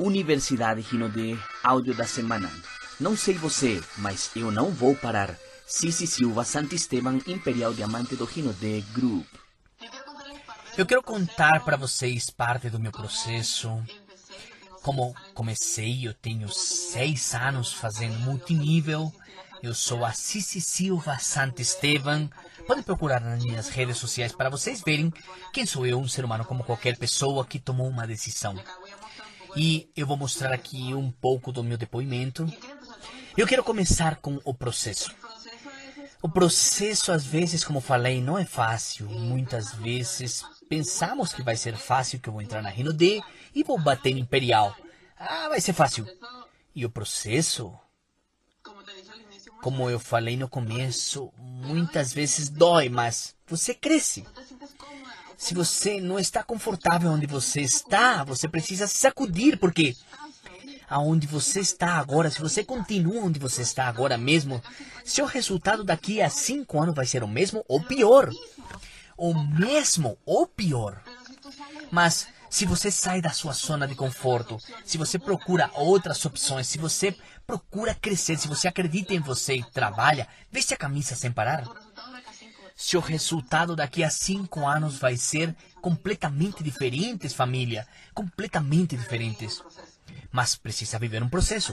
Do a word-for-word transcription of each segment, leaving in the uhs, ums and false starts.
Universidade Rinodê, áudio da semana. Não sei você, mas eu não vou parar. Cici Silva Santisteban, Imperial Diamante do Rinodê Group. Eu quero contar para vocês parte do meu processo. Como comecei, eu tenho seis anos fazendo multinível. Eu sou a Cici Silva Santisteban. Podem procurar nas minhas redes sociais para vocês verem quem sou eu, um ser humano como qualquer pessoa que tomou uma decisão. E eu vou mostrar aqui um pouco do meu depoimento. Eu quero começar com o processo. O processo, às vezes, como falei, não é fácil. Muitas vezes pensamos que vai ser fácil, que eu vou entrar na Rinodê e vou bater no Imperial. Ah, vai ser fácil. E o processo, como eu falei no começo, muitas vezes dói, mas você cresce. Se você não está confortável onde você está, você precisa se sacudir, porque aonde você está agora, se você continua onde você está agora mesmo, seu resultado daqui a cinco anos vai ser o mesmo ou pior. O mesmo ou pior. Mas se você sai da sua zona de conforto, se você procura outras opções, se você procura crescer, se você acredita em você e trabalha, veste a camisa sem parar, seu resultado daqui a cinco anos vai ser completamente diferente, família. Completamente diferentes. Mas precisa viver um processo.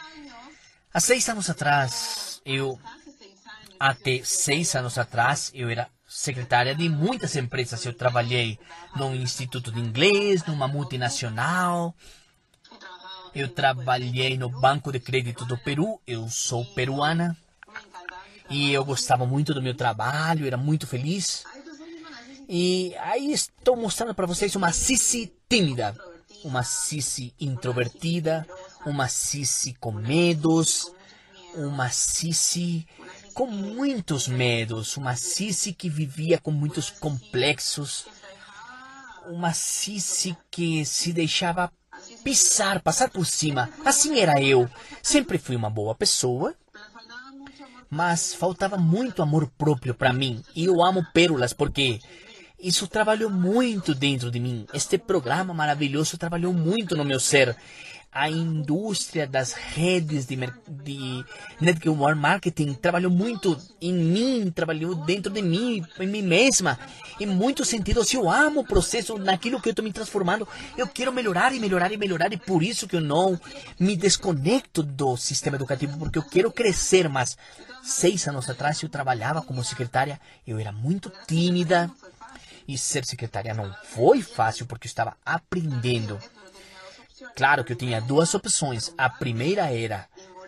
Há seis anos atrás, eu... Até seis anos atrás, eu era secretária de muitas empresas. Eu trabalhei num instituto de inglês, numa multinacional. Eu trabalhei no Banco de Crédito do Peru. Eu sou peruana. E eu gostava muito do meu trabalho, era muito feliz. E aí estou mostrando para vocês uma Cici tímida. Uma Cici introvertida. Uma Cici com medos. Uma Cici com muitos medos. Uma Cici que vivia com muitos complexos. Uma Cici que se deixava pisar, passar por cima. Assim era eu. Sempre fui uma boa pessoa. Mas faltava muito amor próprio para mim. E eu amo pérolas porque isso trabalhou muito dentro de mim. Este programa maravilhoso trabalhou muito no meu ser. A indústria das redes de, de network marketing trabalhou muito em mim, trabalhou dentro de mim, em mim mesma. Em muitos sentidos, eu amo o processo, naquilo que eu estou me transformando. Eu quero melhorar e melhorar e melhorar. E por isso que eu não me desconecto do sistema educativo, porque eu quero crescer. Mas seis anos atrás eu trabalhava como secretária, eu era muito tímida. E ser secretária não foi fácil, porque eu estava aprendendo. Claro que eu tinha duas opções. A primeira era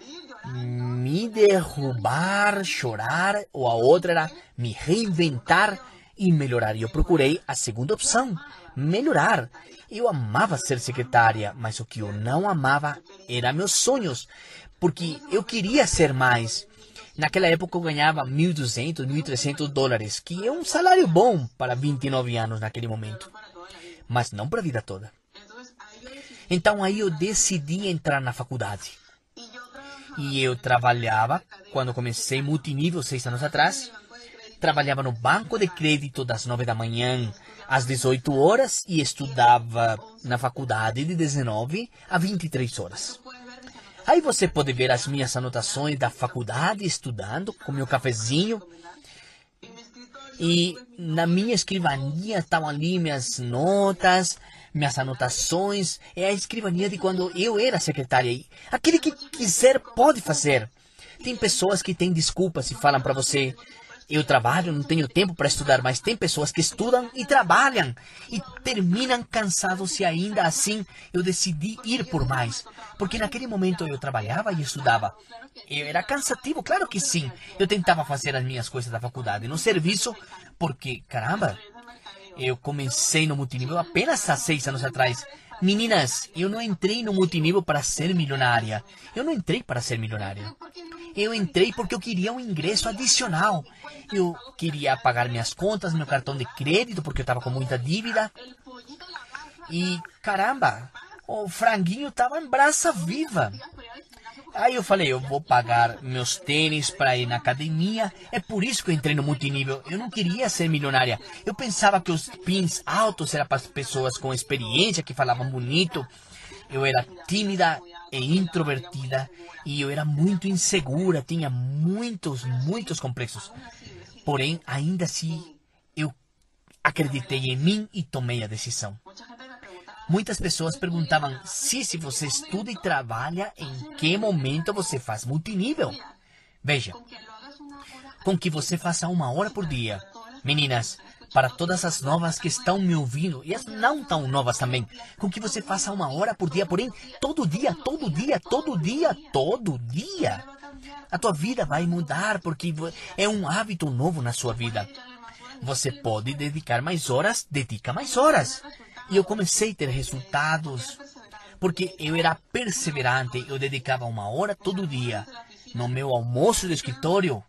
me derrubar, chorar, ou a outra era me reinventar e melhorar. E eu procurei a segunda opção, melhorar. Eu amava ser secretária, mas o que eu não amava eram meus sonhos, porque eu queria ser mais. Naquela época eu ganhava mil e duzentos, mil e trezentos dólares, que é um salário bom para vinte e nove anos naquele momento, mas não para a vida toda. Então aí eu decidi entrar na faculdade. E eu trabalhava, quando comecei multinível seis anos atrás, trabalhava no banco de crédito das nove da manhã às dezoito horas e estudava na faculdade de dezenove a vinte e três horas. Aí você pode ver as minhas anotações da faculdade, estudando, com meu cafezinho. E na minha escrivaninha estavam ali minhas notas, minhas anotações. É a escrivaninha de quando eu era secretária. E aquele que quiser pode fazer. Tem pessoas que têm desculpas e falam para você: eu trabalho, não tenho tempo para estudar, mas tem pessoas que estudam e trabalham e terminam cansados, e ainda assim eu decidi ir por mais. Porque naquele momento eu trabalhava e estudava. Eu era cansativo, claro que sim. Eu tentava fazer as minhas coisas da faculdade no serviço, porque, caramba, eu comecei no multinível apenas há seis anos atrás. Meninas, eu não entrei no multinível para ser milionária. Eu não entrei para ser milionária. Eu entrei porque eu queria um ingresso adicional. Eu queria pagar minhas contas, meu cartão de crédito, porque eu estava com muita dívida. E, caramba, o franguinho estava em brasa viva. Aí eu falei, eu vou pagar meus tênis para ir na academia. É por isso que eu entrei no multinível. Eu não queria ser milionária. Eu pensava que os pins altos eram para as pessoas com experiência, que falavam bonito. Eu era tímida e introvertida e eu era muito insegura, tinha muitos, muitos complexos. Porém, ainda assim, eu acreditei em mim e tomei a decisão. Muitas pessoas perguntavam, se, se você estuda e trabalha, em que momento você faz multinível? Veja, com que você faça uma hora por dia. Meninas, para todas as novas que estão me ouvindo, e as não tão novas também, com que você faça uma hora por dia, porém, todo dia, todo dia, todo dia, todo dia. A tua vida vai mudar, porque é um hábito novo na sua vida. Você pode dedicar mais horas, dedica mais horas. E eu comecei a ter resultados, porque eu era perseverante, eu dedicava uma hora todo dia. No meu almoço do escritório,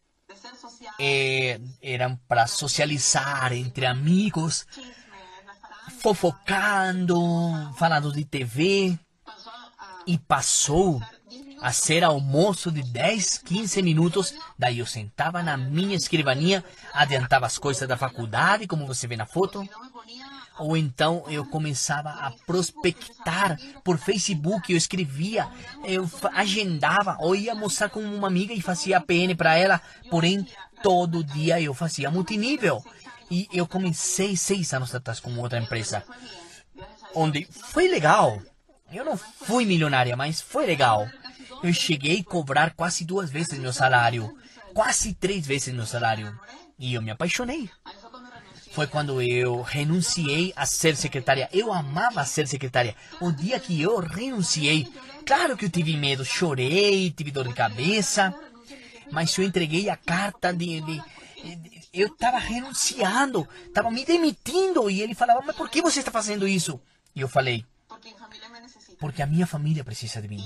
é, eram para socializar entre amigos, fofocando, falando de T V, e passou a ser almoço de dez, quinze minutos. Daí eu sentava na minha escrivaninha, adiantava as coisas da faculdade, como você vê na foto. Ou então eu começava a prospectar por Facebook, eu escrevia, eu agendava, ou ia almoçar com uma amiga e fazia A P N para ela, porém todo dia eu fazia multinível. E eu comecei seis anos atrás com outra empresa, onde foi legal. Eu não fui milionária, mas foi legal. Eu cheguei a cobrar quase duas vezes meu salário, quase três vezes meu salário, e eu me apaixonei. Foi quando eu renunciei a ser secretária. Eu amava ser secretária. O dia que eu renunciei, claro que eu tive medo, chorei, tive dor de cabeça, mas eu entreguei a carta de... de, de eu estava renunciando, estava me demitindo, e ele falava, mas por que você está fazendo isso? E eu falei, porque a minha família precisa de mim.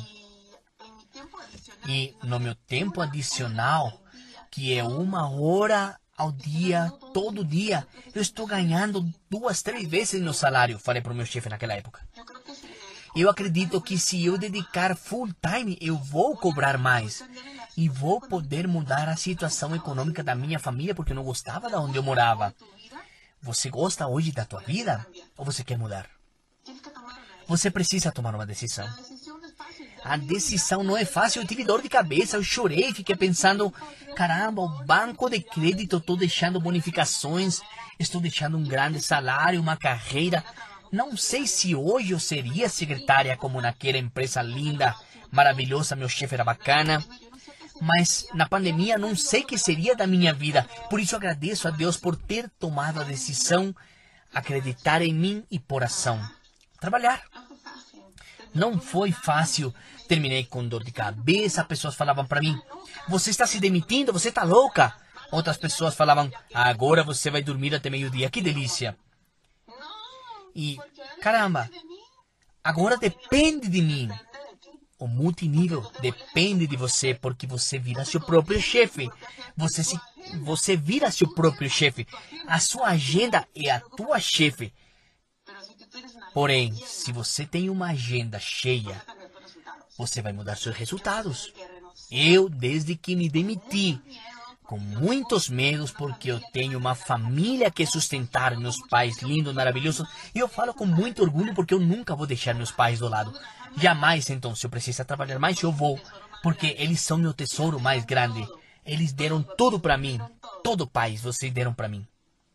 E no meu tempo adicional, que é uma hora ao dia, todo dia, eu estou ganhando duas, três vezes meu salário, falei para o meu chefe naquela época. Eu acredito que se eu dedicar full time, eu vou cobrar mais. E vou poder mudar a situação econômica da minha família, porque eu não gostava de onde eu morava. Você gosta hoje da tua vida? Ou você quer mudar? Você precisa tomar uma decisão. A decisão não é fácil, eu tive dor de cabeça, eu chorei, fiquei pensando, caramba, o banco de crédito, estou deixando bonificações, estou deixando um grande salário, uma carreira. Não sei se hoje eu seria secretária como naquela empresa linda, maravilhosa, meu chefe era bacana. Mas na pandemia não sei o que seria da minha vida. Por isso agradeço a Deus por ter tomado a decisão, acreditar em mim e por ação. Trabalhar. Não foi fácil. Terminei com dor de cabeça. Pessoas falavam para mim, você está se demitindo, você está louca. Outras pessoas falavam, agora você vai dormir até meio-dia. Que delícia. E, caramba, agora depende de mim. O multinível depende de você, porque você vira seu próprio chefe. Você, se, você vira seu próprio chefe. A sua agenda é a tua chefe. Porém, se você tem uma agenda cheia, você vai mudar seus resultados. Eu, desde que me demiti, com muitos medos, porque eu tenho uma família que sustentar, meus pais lindos, maravilhosos, e eu falo com muito orgulho, porque eu nunca vou deixar meus pais do lado. Jamais, então, se eu precisar trabalhar mais, eu vou, porque eles são meu tesouro mais grande. Eles deram tudo para mim, todo o país vocês deram para mim.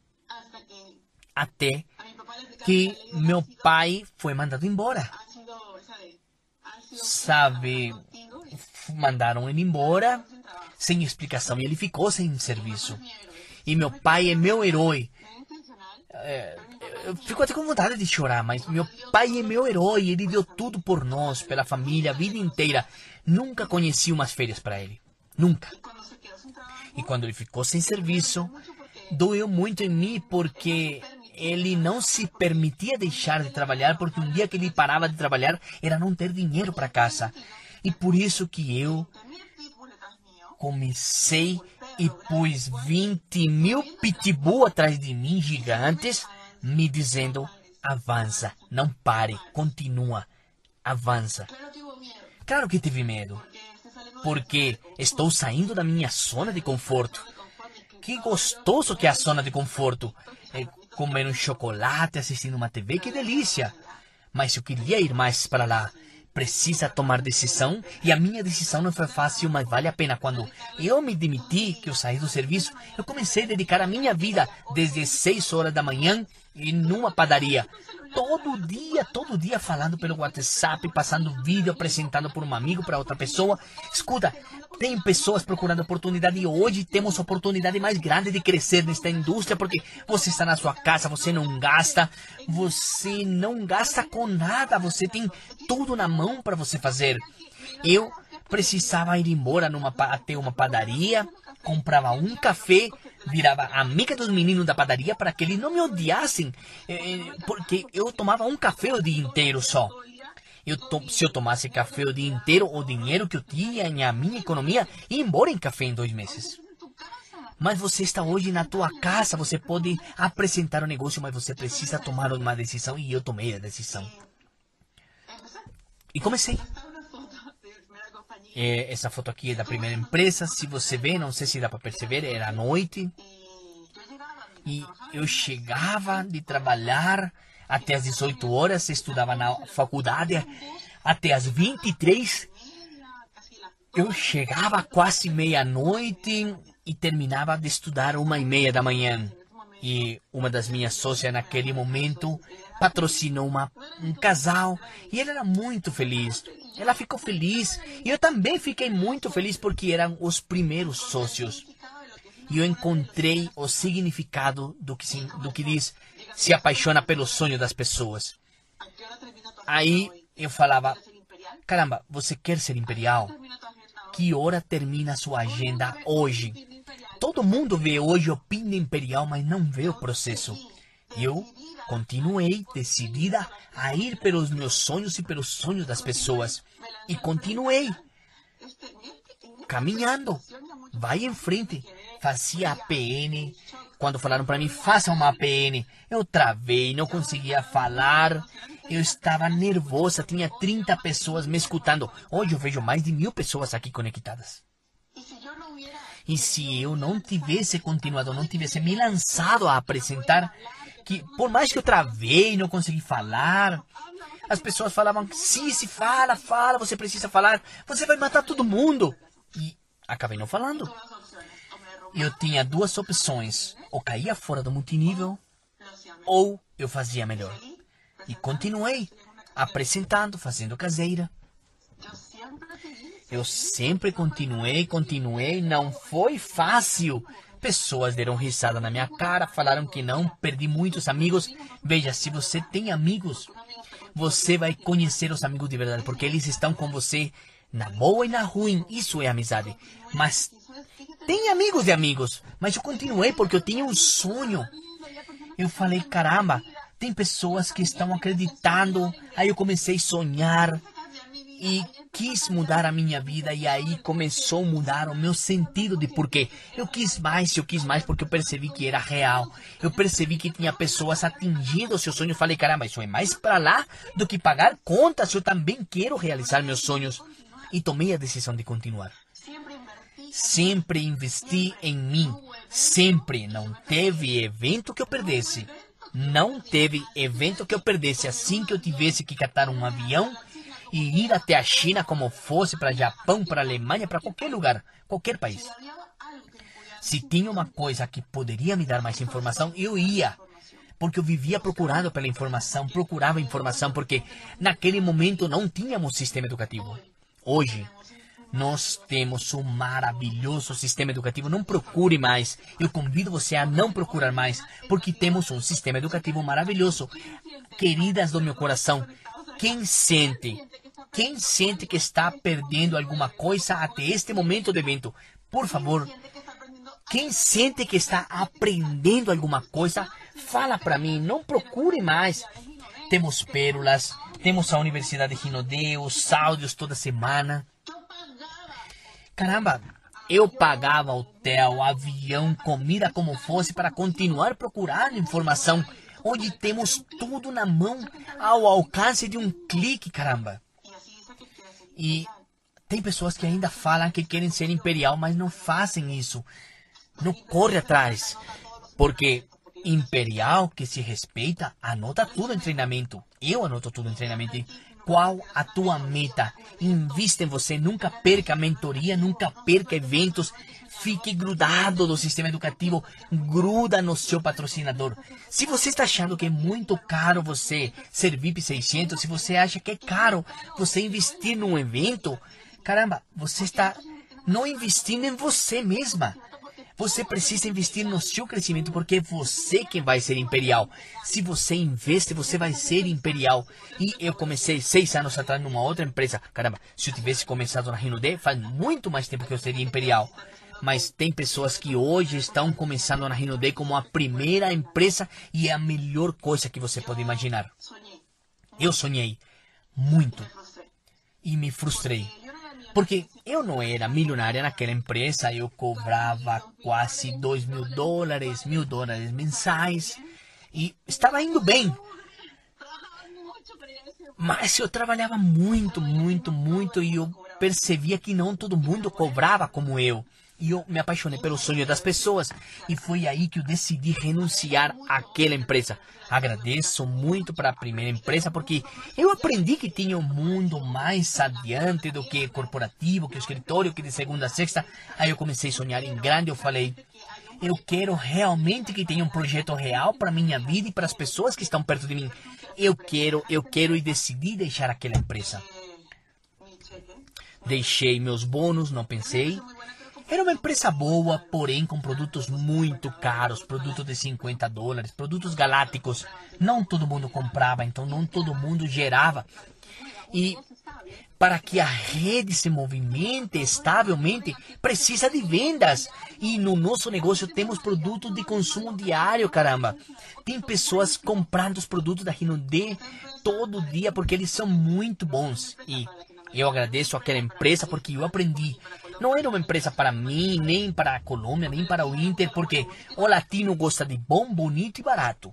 Até que meu pai foi mandado embora. Sabe, mandaram ele embora sem explicação e ele ficou sem serviço. E meu pai é meu herói. É, eu fico até com vontade de chorar, mas meu pai é meu herói. Ele deu tudo por nós, pela família, a vida inteira. Nunca conheci umas férias para ele. Nunca. E quando ele ficou sem serviço, doeu muito em mim, porque ele não se permitia deixar de trabalhar, porque um dia que ele parava de trabalhar era não ter dinheiro para casa. E por isso que eu comecei e pus vinte mil pitbull atrás de mim, gigantes, me dizendo, avança, não pare, continua, avança. Claro que tive medo, porque estou saindo da minha zona de conforto. Que gostoso que é a zona de conforto. É comer um chocolate, assistindo uma T V, que delícia. mas eu queria ir mais para lá. Precisa tomar decisão, e a minha decisão não foi fácil, mas vale a pena. Quando eu me demiti, que eu saí do serviço, eu comecei a dedicar a minha vida desde seis horas da manhã em uma padaria. Todo dia, todo dia falando pelo WhatsApp, passando vídeo, apresentando por um amigo para outra pessoa. Escuta, tem pessoas procurando oportunidade e hoje temos oportunidade mais grande de crescer nesta indústria porque você está na sua casa, você não gasta, você não gasta com nada, você tem tudo na mão para você fazer. Eu precisava ir embora numa, até uma padaria, comprava um café, virava amiga dos meninos da padaria para que eles não me odiassem, eh, porque eu tomava um café o dia inteiro só. Eu to se eu tomasse café o dia inteiro, o dinheiro que eu tinha em a minha economia ia embora em café em dois meses. Mas você está hoje na tua casa, você pode apresentar o negócio, mas você precisa tomar uma decisão, e eu tomei a decisão. E comecei. É, essa foto aqui é da primeira empresa. Se você vê, não sei se dá para perceber, era à noite. E eu chegava de trabalhar até as dezoito horas, estudava na faculdade até as vinte e três. Eu chegava quase meia-noite e terminava de estudar uma e meia da manhã. E uma das minhas sócias naquele momento patrocinou uma, um casal e ele era muito feliz. Ela ficou feliz e eu também fiquei muito feliz porque eram os primeiros sócios. E eu encontrei o significado do que, do que diz se apaixona pelo sonho das pessoas. Aí eu falava, caramba, você quer ser imperial? Que hora termina a sua agenda hoje? Todo mundo vê hoje o P I N Imperial, mas não vê o processo. Eu continuei decidida a ir pelos meus sonhos e pelos sonhos das pessoas. E continuei caminhando. Vai em frente. Fazia A P N. Quando falaram para mim, faça uma A P N. Eu travei, não conseguia falar. Eu estava nervosa. Tinha trinta pessoas me escutando. Hoje eu vejo mais de mil pessoas aqui conectadas. E se eu não tivesse continuado, não tivesse me lançado a apresentar, que por mais que eu travei, não consegui falar, as pessoas falavam, sim, se fala, fala, você precisa falar, você vai matar todo mundo. E acabei não falando. Eu tinha duas opções, ou caía fora do multinível, ou eu fazia melhor. E continuei apresentando, fazendo caseira. Eu sempre continuei, continuei, não foi fácil. Pessoas deram risada na minha cara, falaram que não, perdi muitos amigos. Veja, se você tem amigos, você vai conhecer os amigos de verdade, porque eles estão com você na boa e na ruim. Isso é amizade. Mas tem amigos de amigos. Mas eu continuei porque eu tinha um sonho. Eu falei, caramba, tem pessoas que estão acreditando. Aí eu comecei a sonhar e quis mudar a minha vida, e aí começou a mudar o meu sentido de porquê. Eu quis mais, eu quis mais porque eu percebi que era real. Eu percebi que tinha pessoas atingindo o seu sonho. Eu falei, caramba, isso é mais para lá do que pagar contas. Eu também quero realizar meus sonhos. E tomei a decisão de continuar. Sempre investi em mim. Sempre. Não teve evento que eu perdesse. Não teve evento que eu perdesse. Assim que eu tivesse que catar um avião e ir até a China, como fosse para Japão, para Alemanha, para qualquer lugar, qualquer país. Se tinha uma coisa que poderia me dar mais informação, eu ia. Porque eu vivia procurando pela informação, procurava informação, porque naquele momento não tínhamos sistema educativo. Hoje, nós temos um maravilhoso sistema educativo. Não procure mais. Eu convido você a não procurar mais, porque temos um sistema educativo maravilhoso. Queridas do meu coração, quem sente, quem sente que está perdendo alguma coisa até este momento do evento, por favor, quem sente que está aprendendo alguma coisa, fala para mim, não procure mais. Temos pérolas, temos a Universidade Rinodê, os áudios toda semana. Caramba, eu pagava hotel, avião, comida como fosse para continuar procurando informação. Hoje temos tudo na mão, ao alcance de um clique, caramba. E tem pessoas que ainda falam que querem ser imperial, mas não fazem isso. Não corre atrás. Porque Imperial que se respeita, anota tudo em treinamento. Eu anoto tudo em treinamento. Qual a tua meta? Invista em você, nunca perca mentoria, nunca perca eventos. Fique grudado do sistema educativo, gruda no seu patrocinador. Se você está achando que é muito caro você ser V I P seiscentos, se você acha que é caro você investir num evento, caramba, você está não investindo em você mesma. Você precisa investir no seu crescimento, porque é você quem vai ser imperial. Se você investe, você vai ser imperial. E eu comecei seis anos atrás numa outra empresa. Caramba, se eu tivesse começado na Rinode, faz muito mais tempo que eu seria imperial. Mas tem pessoas que hoje estão começando na Rinode como a primeira empresa e é a melhor coisa que você pode imaginar. Eu sonhei muito e me frustrei. Porque eu não era milionária naquela empresa, eu cobrava quase dois mil dólares, mil dólares mensais e estava indo bem. Mas eu trabalhava muito, muito, muito e eu percebia que não todo mundo cobrava como eu. E eu me apaixonei pelo sonho das pessoas. E foi aí que eu decidi renunciar àquela empresa. Agradeço muito para a primeira empresa, porque eu aprendi que tinha um mundo mais adiante do que corporativo, que o escritório, que de segunda a sexta. Aí eu comecei a sonhar em grande. Eu falei, eu quero realmente que tenha um projeto real para minha vida e para as pessoas que estão perto de mim. Eu quero, eu quero e decidi deixar aquela empresa. Deixei meus bônus, não pensei. Era uma empresa boa, porém com produtos muito caros, produtos de cinquenta dólares, produtos galácticos. Não todo mundo comprava, então não todo mundo gerava. E para que a rede se movimente estavelmente, precisa de vendas. E no nosso negócio temos produtos de consumo diário, caramba. Tem pessoas comprando os produtos da Rinode todo dia porque eles são muito bons. E eu agradeço àquela empresa porque eu aprendi. Não era uma empresa para mim, nem para a Colômbia, nem para o Inter, porque o latino gosta de bom, bonito e barato.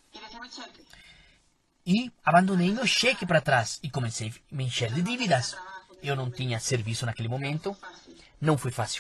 E abandonei meu cheque para trás e comecei a me encher de dívidas. Eu não tinha serviço naquele momento. Não foi fácil.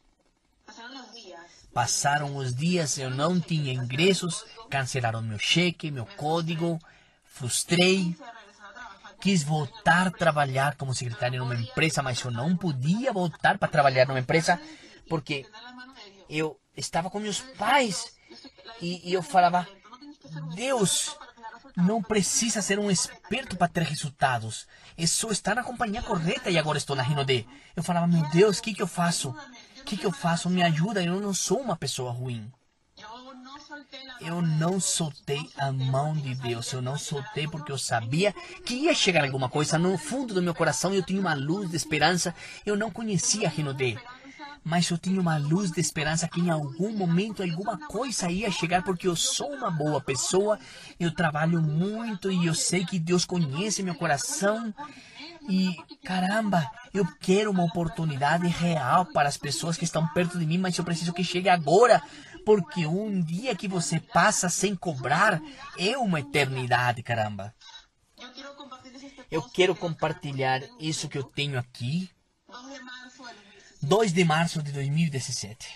Passaram os dias, eu não tinha ingressos, cancelaram meu cheque, meu código, frustrei. Quis voltar a trabalhar como secretário numa empresa, mas eu não podia voltar para trabalhar numa empresa porque eu estava com meus pais e, e eu falava, Deus, não precisa ser um esperto para ter resultados. É só estar na companhia correta e agora estou na Rinode. Eu falava, meu Deus, o que, que eu faço? O que, que eu faço? Me ajuda, eu não sou uma pessoa ruim. Eu não soltei a mão de Deus. Eu não soltei porque eu sabia que ia chegar alguma coisa. No fundo do meu coração eu tinha uma luz de esperança. Eu não conhecia a Rinode, mas eu tinha uma luz de esperança que em algum momento alguma coisa ia chegar, porque eu sou uma boa pessoa. Eu trabalho muito e eu sei que Deus conhece meu coração. E caramba, eu quero uma oportunidade real para as pessoas que estão perto de mim, mas eu preciso que chegue agora. Porque um dia que você passa sem cobrar é uma eternidade, caramba. Eu quero compartilhar isso que eu tenho aqui. dois de março de dois mil e dezessete.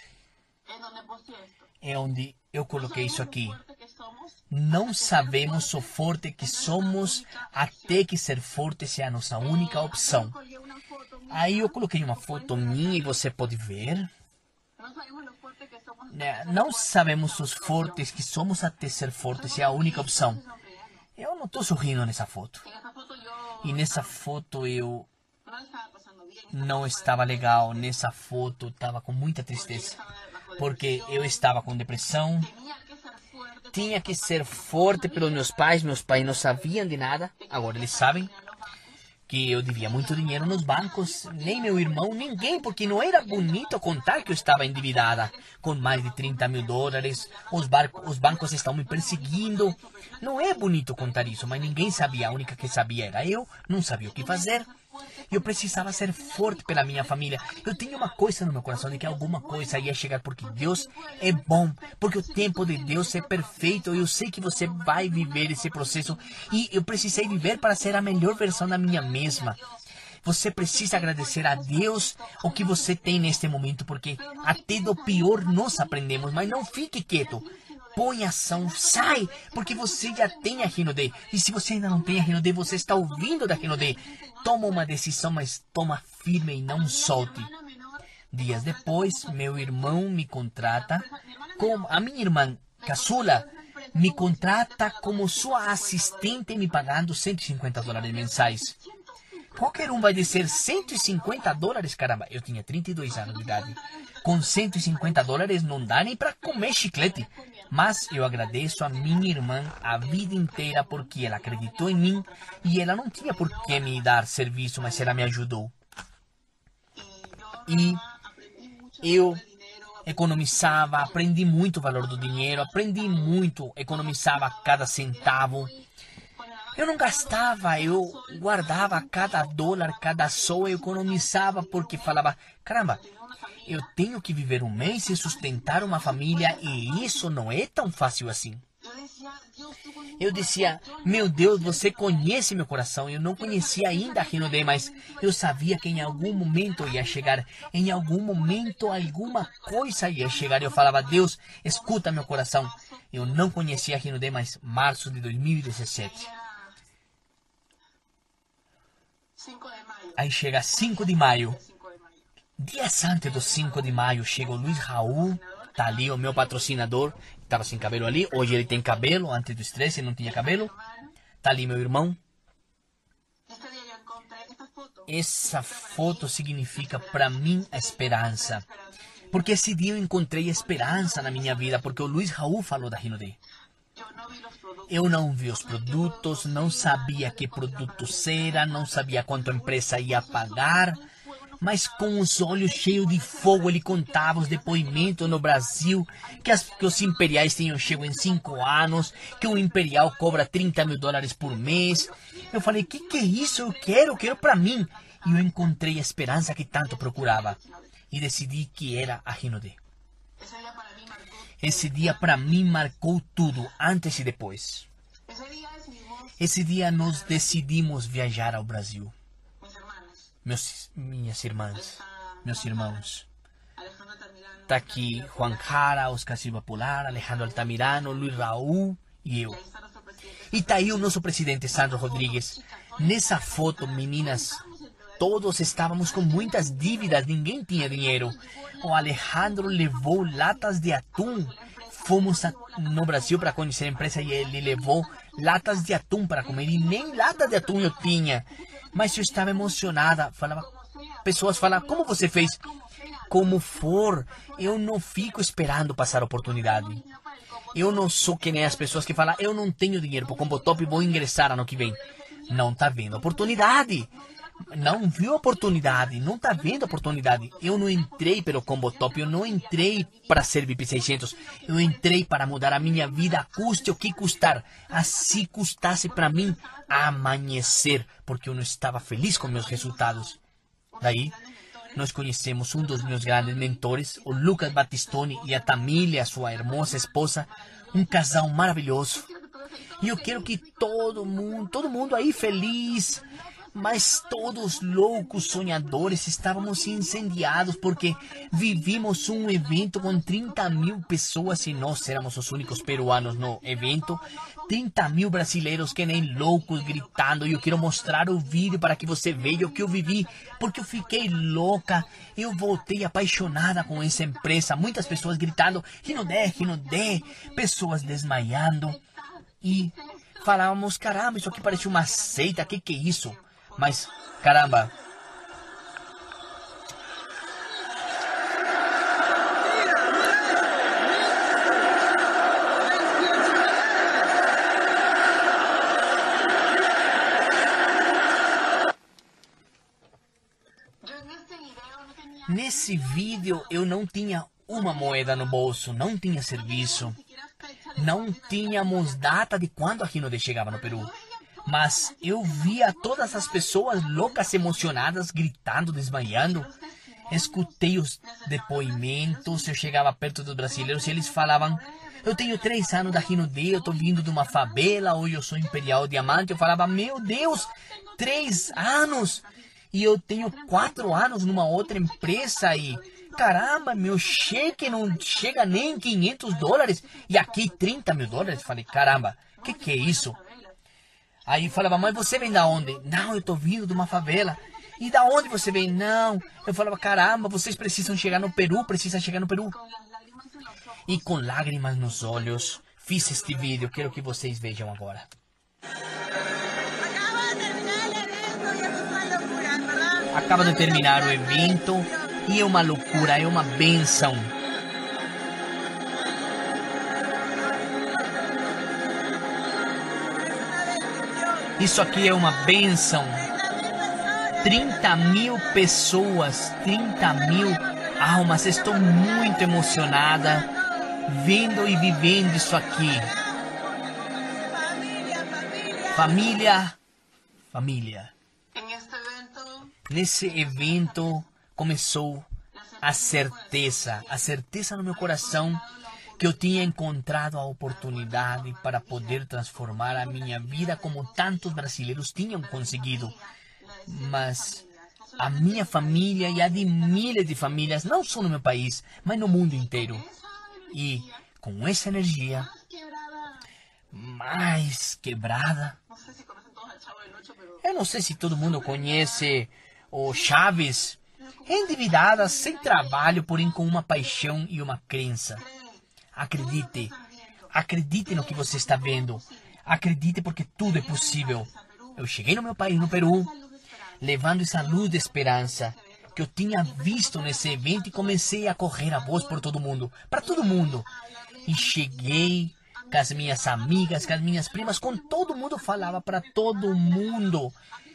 É onde eu coloquei isso aqui. Não sabemos o forte que somos até que ser forte seja a nossa única opção. Aí eu coloquei uma foto minha e você pode ver. Não sabemos os fortes que somos até ser fortes é a única opção. Eu não estou sorrindo nessa foto. E nessa foto eu não estava legal. Nessa foto eu estava com muita tristeza. Porque eu estava com depressão. Tinha que ser forte pelos meus pais. Meus pais não sabiam de nada. Agora eles sabem que eu devia muito dinheiro nos bancos, nem meu irmão, ninguém, porque não era bonito contar que eu estava endividada com mais de trinta mil dólares, os, barcos, os bancos estão me perseguindo. Não é bonito contar isso, mas ninguém sabia, a única que sabia era eu, não sabia o que fazer. Eu precisava ser forte pela minha família. Eu tinha uma coisa no meu coração de que alguma coisa ia chegar, porque Deus é bom, porque o tempo de Deus é perfeito. Eu sei que você vai viver esse processo e eu precisei viver para ser a melhor versão da minha mesma. Você precisa agradecer a Deus o que você tem neste momento, porque até do pior nós aprendemos, mas não fique quieto. põe ação, sai, porque você já tem a Rinode. E se você ainda não tem a Rinode, você está ouvindo da Rinode. Toma uma decisão, mas toma firme e não solte. Dias depois, meu irmão me contrata, como a minha irmã caçula me contrata como sua assistente, me pagando cento e cinquenta dólares mensais. Qualquer um vai dizer cento e cinquenta dólares, caramba. Eu tinha trinta e dois anos de idade. Com cento e cinquenta dólares não dá nem para comer chiclete. Mas eu agradeço a minha irmã a vida inteira porque ela acreditou em mim e ela não tinha por que me dar serviço, mas ela me ajudou. E eu economizava, aprendi muito o valor do dinheiro, aprendi muito, economizava cada centavo. Eu não gastava, eu guardava cada dólar, cada sol, eu economizava porque falava, caramba, eu tenho que viver um mês e sustentar uma família e isso não é tão fácil assim. Eu dizia, meu Deus, você conhece meu coração. Eu não conhecia ainda a Rinode, mas eu sabia que em algum momento ia chegar. Em algum momento, alguma coisa ia chegar. Eu falava, Deus, escuta meu coração. Eu não conhecia a Rinode, mas março de dois mil e dezessete. Aí chega cinco de maio. Dias antes do cinco de maio, chega o Luiz Raul. Tá ali o meu patrocinador. Estava sem cabelo ali. Hoje ele tem cabelo. Antes do estresse ele não tinha cabelo. Tá ali meu irmão. Essa foto significa para mim a esperança. Porque esse dia eu encontrei esperança na minha vida. Porque o Luiz Raul falou da Rinode. Eu não vi os produtos. Não sabia que produtos era. Não sabia quanto a empresa ia pagar. Mas com os olhos cheios de fogo, ele contava os depoimentos no Brasil, que, as, que os imperiais tinham chego em cinco anos, que o imperial cobra trinta mil dólares por mês. Eu falei, que que é isso? Eu quero, eu quero para mim. E eu encontrei a esperança que tanto procurava. E decidi que era a Rinode. Esse dia para mim marcou tudo, antes e depois. Esse dia nós decidimos viajar ao Brasil. Meus, minhas irmãs, meus irmãos. Tá aqui Juan Jara, Oscar Silva Polar, Alejandro Altamirano, Luiz Raul e eu. E tá aí o nosso presidente Sandro Rodrigues. Nessa foto, meninas, todos estávamos com muitas dívidas, ninguém tinha dinheiro. O Alejandro levou latas de atum. Fomos a, no Brasil para conhecer a empresa e ele levou latas de atum para comer. E nem lata de atum eu tinha. Mas eu estava emocionada. Falava, pessoas falavam, como você fez? Como for, eu não fico esperando passar a oportunidade. Eu não sou que nem as pessoas que falam, eu não tenho dinheiro para o Combo Top e vou ingressar ano que vem. Não está vendo oportunidade. Não viu oportunidade, não está vendo oportunidade. Eu não entrei pelo Combo Top, eu não entrei para ser V I P seiscentos. Eu entrei para mudar a minha vida, custe o que custar. Assim custasse para mim amanhecer, porque eu não estava feliz com meus resultados. Daí, nós conhecemos um dos meus grandes mentores, o Lucas Battistoni e a Tamília, sua hermosa esposa, um casal maravilhoso. E eu quero que todo mundo, todo mundo aí feliz, mas todos loucos, sonhadores, estávamos incendiados porque vivimos um evento com trinta mil pessoas e nós éramos os únicos peruanos no evento. trinta mil brasileiros que nem loucos gritando. E eu quero mostrar o vídeo para que você veja o que eu vivi, porque eu fiquei louca. Eu voltei apaixonada com essa empresa. Muitas pessoas gritando, Rinode, Rinode, pessoas desmaiando. E falávamos, caramba, isso aqui parece uma seita, que que é isso? Mas, caramba, nesse vídeo eu não tinha uma moeda no bolso, não tinha serviço, não tínhamos data de quando a Rinode chegava no Peru. Mas eu via todas as pessoas loucas, emocionadas, gritando, desmaiando. Escutei os depoimentos, eu chegava perto dos brasileiros e eles falavam, eu tenho três anos da Rinode, eu estou vindo de uma favela, hoje eu sou Imperial Diamante. Eu falava, meu Deus, três anos! E eu tenho quatro anos numa outra empresa e caramba, meu cheque não chega nem em quinhentos dólares. E aqui trinta mil dólares. Falei, caramba, que que é isso? Aí falava, mãe, você vem da onde? Não, eu tô vindo de uma favela. E da onde você vem? Não. Eu falava, caramba, vocês precisam chegar no Peru, precisam chegar no Peru. E com lágrimas nos olhos, fiz este vídeo, quero que vocês vejam agora. Acaba de terminar o evento e é uma loucura, é uma bênção. Isso aqui é uma bênção. trinta mil pessoas, trinta mil almas. Estou muito emocionada vendo e vivendo isso aqui. Família, família. Nesse evento começou a certeza, a certeza no meu coração que eu tinha encontrado a oportunidade para poder transformar a minha vida como tantos brasileiros tinham conseguido. Mas a minha família e a de milhares de famílias, não só no meu país, mas no mundo inteiro. E com essa energia mais quebrada, eu não sei se todo mundo conhece o Chaves, endividada, sem trabalho, porém com uma paixão e uma crença. Acredite, acredite no que você está vendo, acredite porque tudo é possível. Eu cheguei no meu país, no Peru, levando essa luz de esperança que eu tinha visto nesse evento e comecei a correr a voz por todo mundo, para todo mundo. E cheguei com as minhas amigas, com as minhas primas, com todo mundo, falava para todo mundo.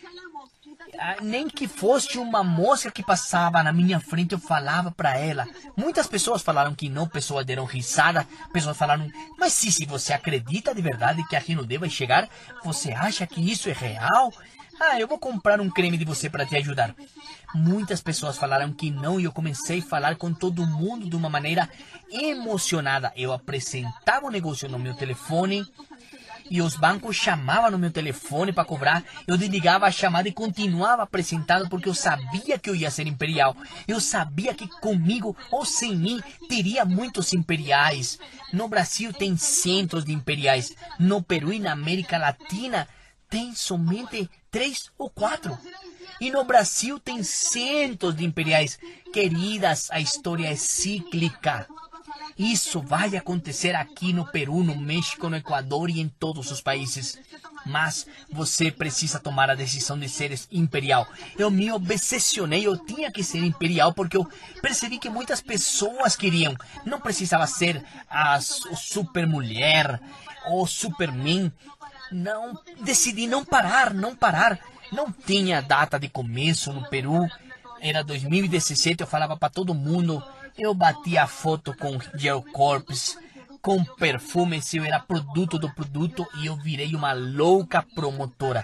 Nem que fosse uma moça que passava na minha frente, eu falava para ela. Muitas pessoas falaram que não, pessoas deram risada, pessoas falaram, mas se, se você acredita de verdade que a Rinode vai chegar, você acha que isso é real? Ah, eu vou comprar um creme de você para te ajudar. Muitas pessoas falaram que não e eu comecei a falar com todo mundo de uma maneira emocionada. Eu apresentava o negócio no meu telefone e os bancos chamavam no meu telefone para cobrar. Eu desligava a chamada e continuava apresentando porque eu sabia que eu ia ser imperial. Eu sabia que comigo ou sem mim teria muitos imperiais. No Brasil tem centros de imperiais. No Peru e na América Latina tem somente três ou quatro. E no Brasil tem centos de imperiais. Queridas, a história é cíclica. Isso vai acontecer aqui no Peru, no México, no Equador e em todos os países. Mas você precisa tomar a decisão de ser imperial. Eu me obsessionei, eu tinha que ser imperial porque eu percebi que muitas pessoas queriam. Não precisava ser a super mulher ou Superman. Não, decidi não parar, não parar. Não tinha data de começo no Peru. Era dois mil e dezessete, eu falava para todo mundo. Eu batia foto com gel corpus, com perfume, se eu era produto do produto, e eu virei uma louca promotora.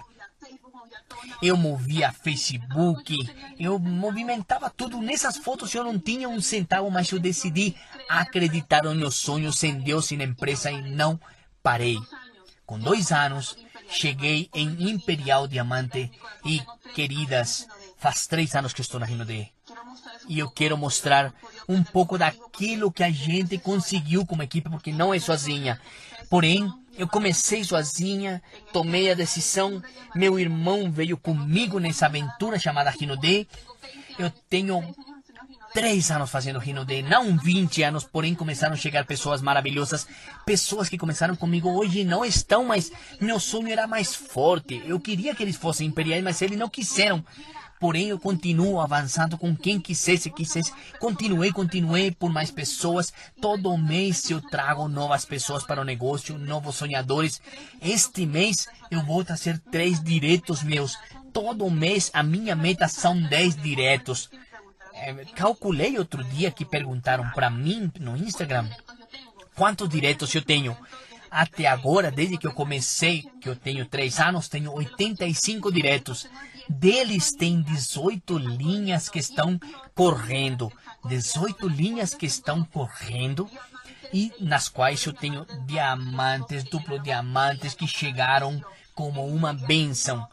Eu movia Facebook, eu movimentava tudo nessas fotos. Eu não tinha um centavo, mas eu decidi acreditar nos meus sonhos em Deus e na empresa e não parei. Com dois anos, cheguei em Imperial Diamante e, queridas, faz três anos que estou na Rinode. E eu quero mostrar um pouco daquilo que a gente conseguiu como equipe, porque não é sozinha. Porém, eu comecei sozinha, tomei a decisão, meu irmão veio comigo nessa aventura chamada Rinode. Eu tenho três anos fazendo Rinode, não vinte anos, porém começaram a chegar pessoas maravilhosas, pessoas que começaram comigo hoje não estão, mas meu sonho era mais forte. Eu queria que eles fossem imperiais, mas eles não quiseram. Porém, eu continuo avançando com quem quisesse, quisesse. Continuei, continuei por mais pessoas. Todo mês eu trago novas pessoas para o negócio, novos sonhadores. Este mês eu vou trazer três diretos meus. Todo mês a minha meta são dez diretos. É, calculei outro dia que perguntaram para mim no Instagram quantos diretos eu tenho. Até agora, desde que eu comecei, que eu tenho três anos, tenho oitenta e cinco diretos. Deles tem dezoito linhas que estão correndo. dezoito linhas que estão correndo. E nas quais eu tenho diamantes, duplo diamantes que chegaram como uma bênção.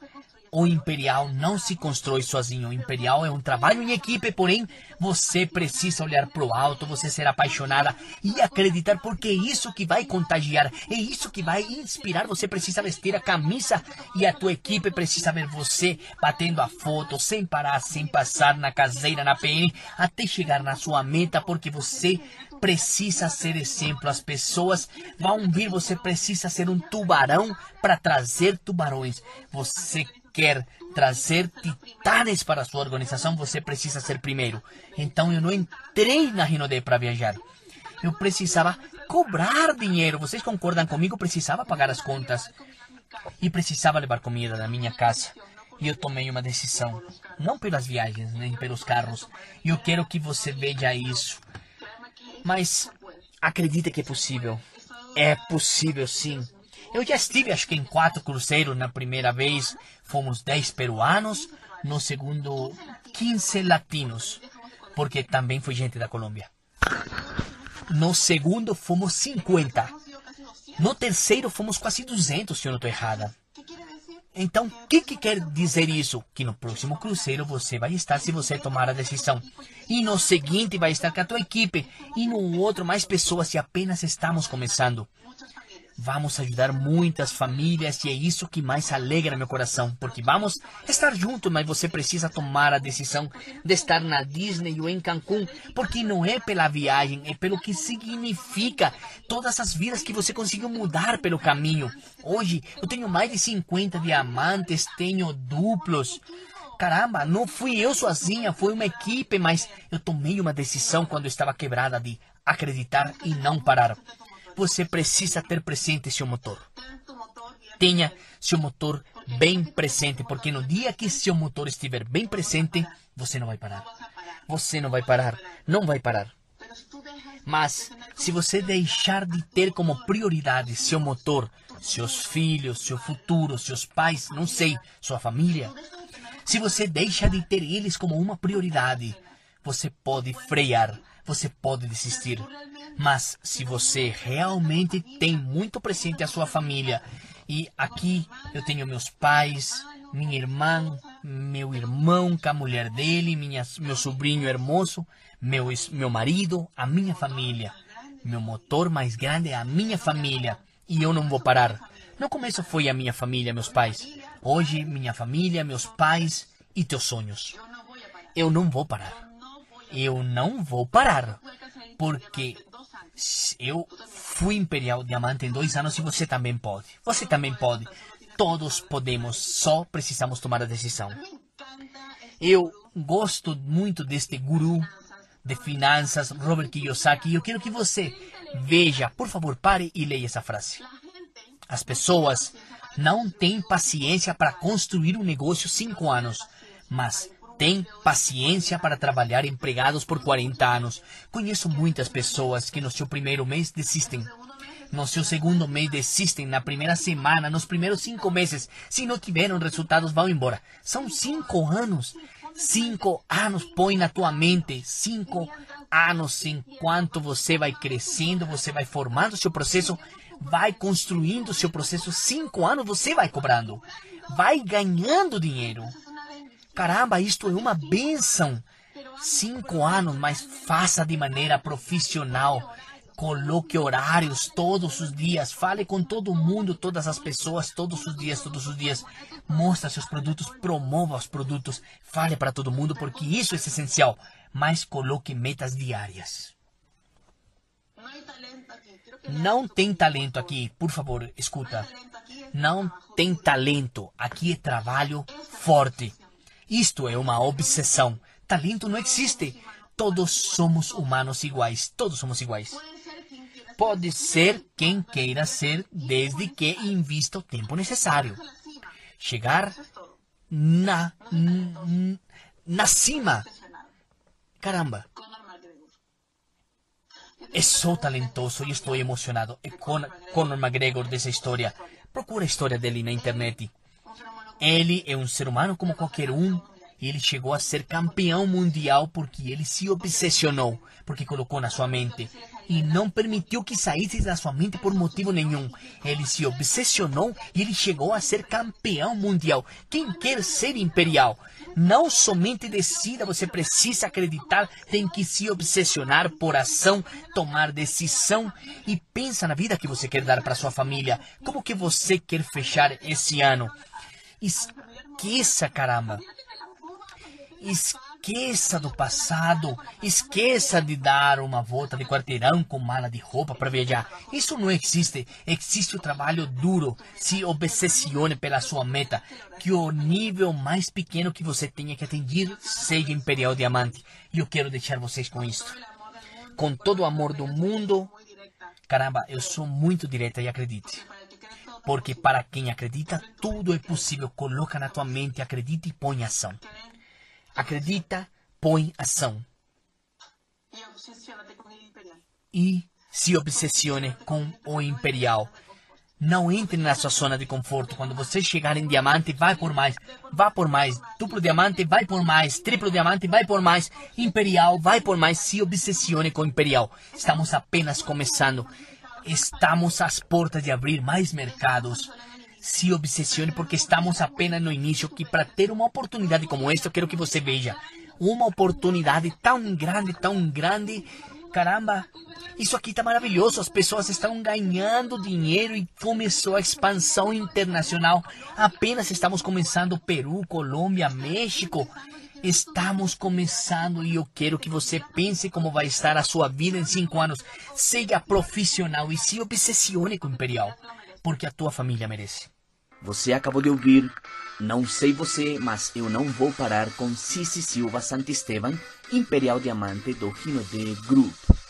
O Imperial não se constrói sozinho. O Imperial é um trabalho em equipe, porém, você precisa olhar para o alto, você ser apaixonada e acreditar, porque é isso que vai contagiar, é isso que vai inspirar. Você precisa vestir a camisa e a tua equipe precisa ver você batendo a foto, sem parar, sem passar na caseira, na P N, até chegar na sua meta, porque você precisa ser exemplo. As pessoas vão vir, você precisa ser um tubarão para trazer tubarões. Você quer trazer titanes para a sua organização, você precisa ser primeiro. Então eu não entrei na Rinode para viajar. Eu precisava cobrar dinheiro. Vocês concordam comigo? Eu precisava pagar as contas. E precisava levar comida da minha casa. E eu tomei uma decisão. Não pelas viagens, nem pelos carros. E eu quero que você veja isso. Mas acredita que é possível. É possível, sim. Eu já estive, acho que em quatro cruzeiros na primeira vez. Fomos dez peruanos. No segundo, quinze latinos. Porque também foi gente da Colômbia. No segundo, fomos cinquenta. No terceiro, fomos quase duzentos, se eu não estou errada. Então, o que, que quer dizer isso? Que no próximo cruzeiro você vai estar se você tomar a decisão. E no seguinte vai estar com a tua equipe. E no outro mais pessoas, e apenas estamos começando. Vamos ajudar muitas famílias e é isso que mais alegra meu coração. Porque vamos estar juntos, mas você precisa tomar a decisão de estar na Disney ou em Cancún. Porque não é pela viagem, é pelo que significa todas as vidas que você conseguiu mudar pelo caminho. Hoje eu tenho mais de cinquenta diamantes, tenho duplos. Caramba, não fui eu sozinha, foi uma equipe, mas eu tomei uma decisão quando estava quebrada de acreditar e não parar. Você precisa ter presente seu motor. Tenha seu motor bem presente, porque no dia que seu motor estiver bem presente, você não vai parar. Você não vai parar, não vai parar. Mas, se você deixar de ter como prioridade seu motor, seus filhos, seu futuro, seus pais, não sei, sua família, se você deixa de ter eles como uma prioridade, você pode frear, você pode desistir. Mas se você realmente tem muito presente a sua família, e aqui eu tenho meus pais, minha irmã, meu irmão com a mulher dele, minha, meu sobrinho hermoso, meu, meu marido, a minha família. Meu motor mais grande é a minha família, e eu não vou parar. No começo foi a minha família, meus pais. Hoje, minha família, meus pais e teus sonhos. Eu não vou parar. Eu não vou parar. Porque eu fui Imperial Diamante em dois anos e você também pode. Você também pode. Todos podemos, só precisamos tomar a decisão. Eu gosto muito deste guru de finanças, Robert Kiyosaki, e eu quero que você veja, por favor, pare e leia essa frase. As pessoas não têm paciência para construir um negócio cinco anos, mas tem paciência para trabalhar empregados por quarenta anos. Conheço muitas pessoas que no seu primeiro mês desistem. No seu segundo mês desistem. Na primeira semana, nos primeiros cinco meses. Se não tiveram resultados, vão embora. São cinco anos. Cinco anos, põe na tua mente. Cinco anos enquanto você vai crescendo, você vai formando seu processo, vai construindo seu processo. Cinco anos você vai cobrando. Vai ganhando dinheiro. Caramba, isto é uma bênção. Cinco anos, mas faça de maneira profissional. Coloque horários todos os dias. Fale com todo mundo, todas as pessoas, todos os dias, todos os dias. Mostre seus produtos, promova os produtos. Fale para todo mundo, porque isso é essencial. Mas coloque metas diárias. Não tem talento aqui. Por favor, escuta. Não tem talento. Aqui é trabalho forte. Isto é uma obsessão. Talento não existe. Todos somos humanos iguais. Todos somos iguais. Pode ser quem queira ser, desde que invista o tempo necessário. Chegar na, na cima. Caramba. Eu sou talentoso e estou emocionado. É Conor McGregor dessa história. Procura a história dele na internet. Ele é um ser humano como qualquer um. E ele chegou a ser campeão mundial porque ele se obsessionou. Porque colocou na sua mente. e não permitiu que saísse da sua mente por motivo nenhum. Ele se obsessionou e ele chegou a ser campeão mundial. Quem quer ser imperial? Não somente decida, você precisa acreditar, tem que se obsessionar por ação, tomar decisão e pensa na vida que você quer dar para sua família. Como que você quer fechar esse ano? Esqueça, caramba. Esqueça do passado. Esqueça de dar uma volta de quarteirão com mala de roupa para viajar. Isso não existe. Existe o trabalho duro. Se obsessione pela sua meta. Que o nível mais pequeno que você tenha que atingir seja Imperial Diamante. E eu quero deixar vocês com isso. Com todo o amor do mundo. Caramba, eu sou muito direta e acredite. Porque para quem acredita, tudo é possível. Coloca na tua mente, acredita e põe ação. Acredita, põe ação. E se obsessione com o Imperial. Não entre na sua zona de conforto. Quando você chegar em diamante, vai por mais. Vá por mais. Duplo diamante, vai por mais. Triplo diamante, vai por mais. Imperial, vai por mais. Se obsessione com o Imperial. Estamos apenas começando. Estamos às portas de abrir mais mercados. Se obsessione porque estamos apenas no início, que para ter uma oportunidade como esta, eu quero que você veja uma oportunidade tão grande, tão grande. Caramba, isso aqui está maravilhoso. As pessoas estão ganhando dinheiro e começou a expansão internacional. Apenas estamos começando Peru, Colômbia, México. Estamos começando e eu quero que você pense como vai estar a sua vida em cinco anos. Seja profissional e se obsessione com o Imperial. Porque a tua família merece. Você acabou de ouvir Não Sei Você, Mas Eu Não Vou Parar com Cici Silva Santisteban, Imperial Diamante do Rinode Group.